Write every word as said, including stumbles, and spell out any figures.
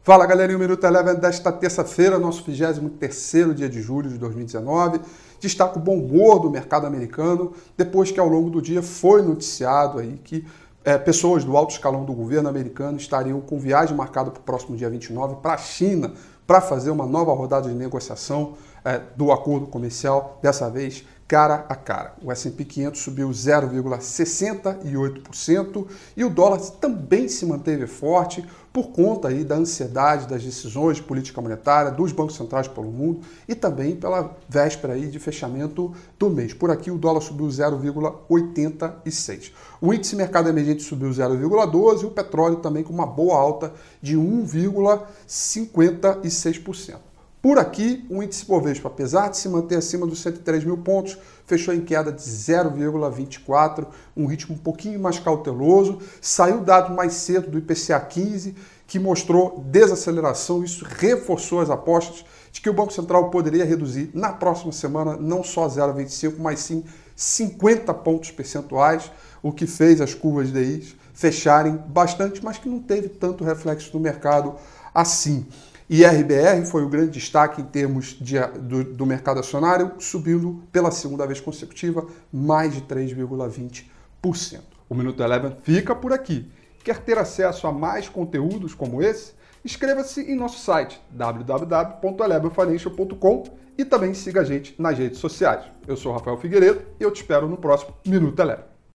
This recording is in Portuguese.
Fala galerinha, o Minuto Eleven desta terça-feira, nosso vigésimo terceiro dia de julho de dois mil e dezenove. Destaca o bom humor do mercado americano, depois que ao longo do dia foi noticiado aí que é, pessoas do alto escalão do governo americano estariam com viagem marcada para o próximo dia vinte e nove para a China para fazer uma nova rodada de negociação é, do acordo comercial, dessa vez cara a cara. O S and P quinhentos subiu zero vírgula sessenta e oito por cento e o dólar também se manteve forte por conta aí da ansiedade das decisões de política monetária dos bancos centrais pelo mundo e também pela véspera aí de fechamento do mês. Por aqui o dólar subiu zero vírgula oitenta e seis. O índice mercado emergente subiu zero vírgula doze e o petróleo também com uma boa alta de um vírgula cinquenta e seis por cento. Por aqui, o índice Bovespa, apesar de se manter acima dos cento e três mil pontos, fechou em queda de zero vírgula vinte e quatro, um ritmo um pouquinho mais cauteloso. Saiu dado mais cedo do I P C A quinze, que mostrou desaceleração. Isso reforçou as apostas de que o Banco Central poderia reduzir na próxima semana não só zero vírgula vinte e cinco, mas sim cinquenta pontos percentuais, o que fez as curvas D I fecharem bastante, mas que não teve tanto reflexo no mercado assim. I R B R foi o grande destaque em termos de, do, do mercado acionário, subindo pela segunda vez consecutiva mais de três vírgula vinte por cento. O Minuto Eleven fica por aqui. Quer ter acesso a mais conteúdos como esse? Inscreva-se em nosso site w w w ponto eleven financial ponto com e também siga a gente nas redes sociais. Eu sou Rafael Figueiredo e eu te espero no próximo Minuto Eleven.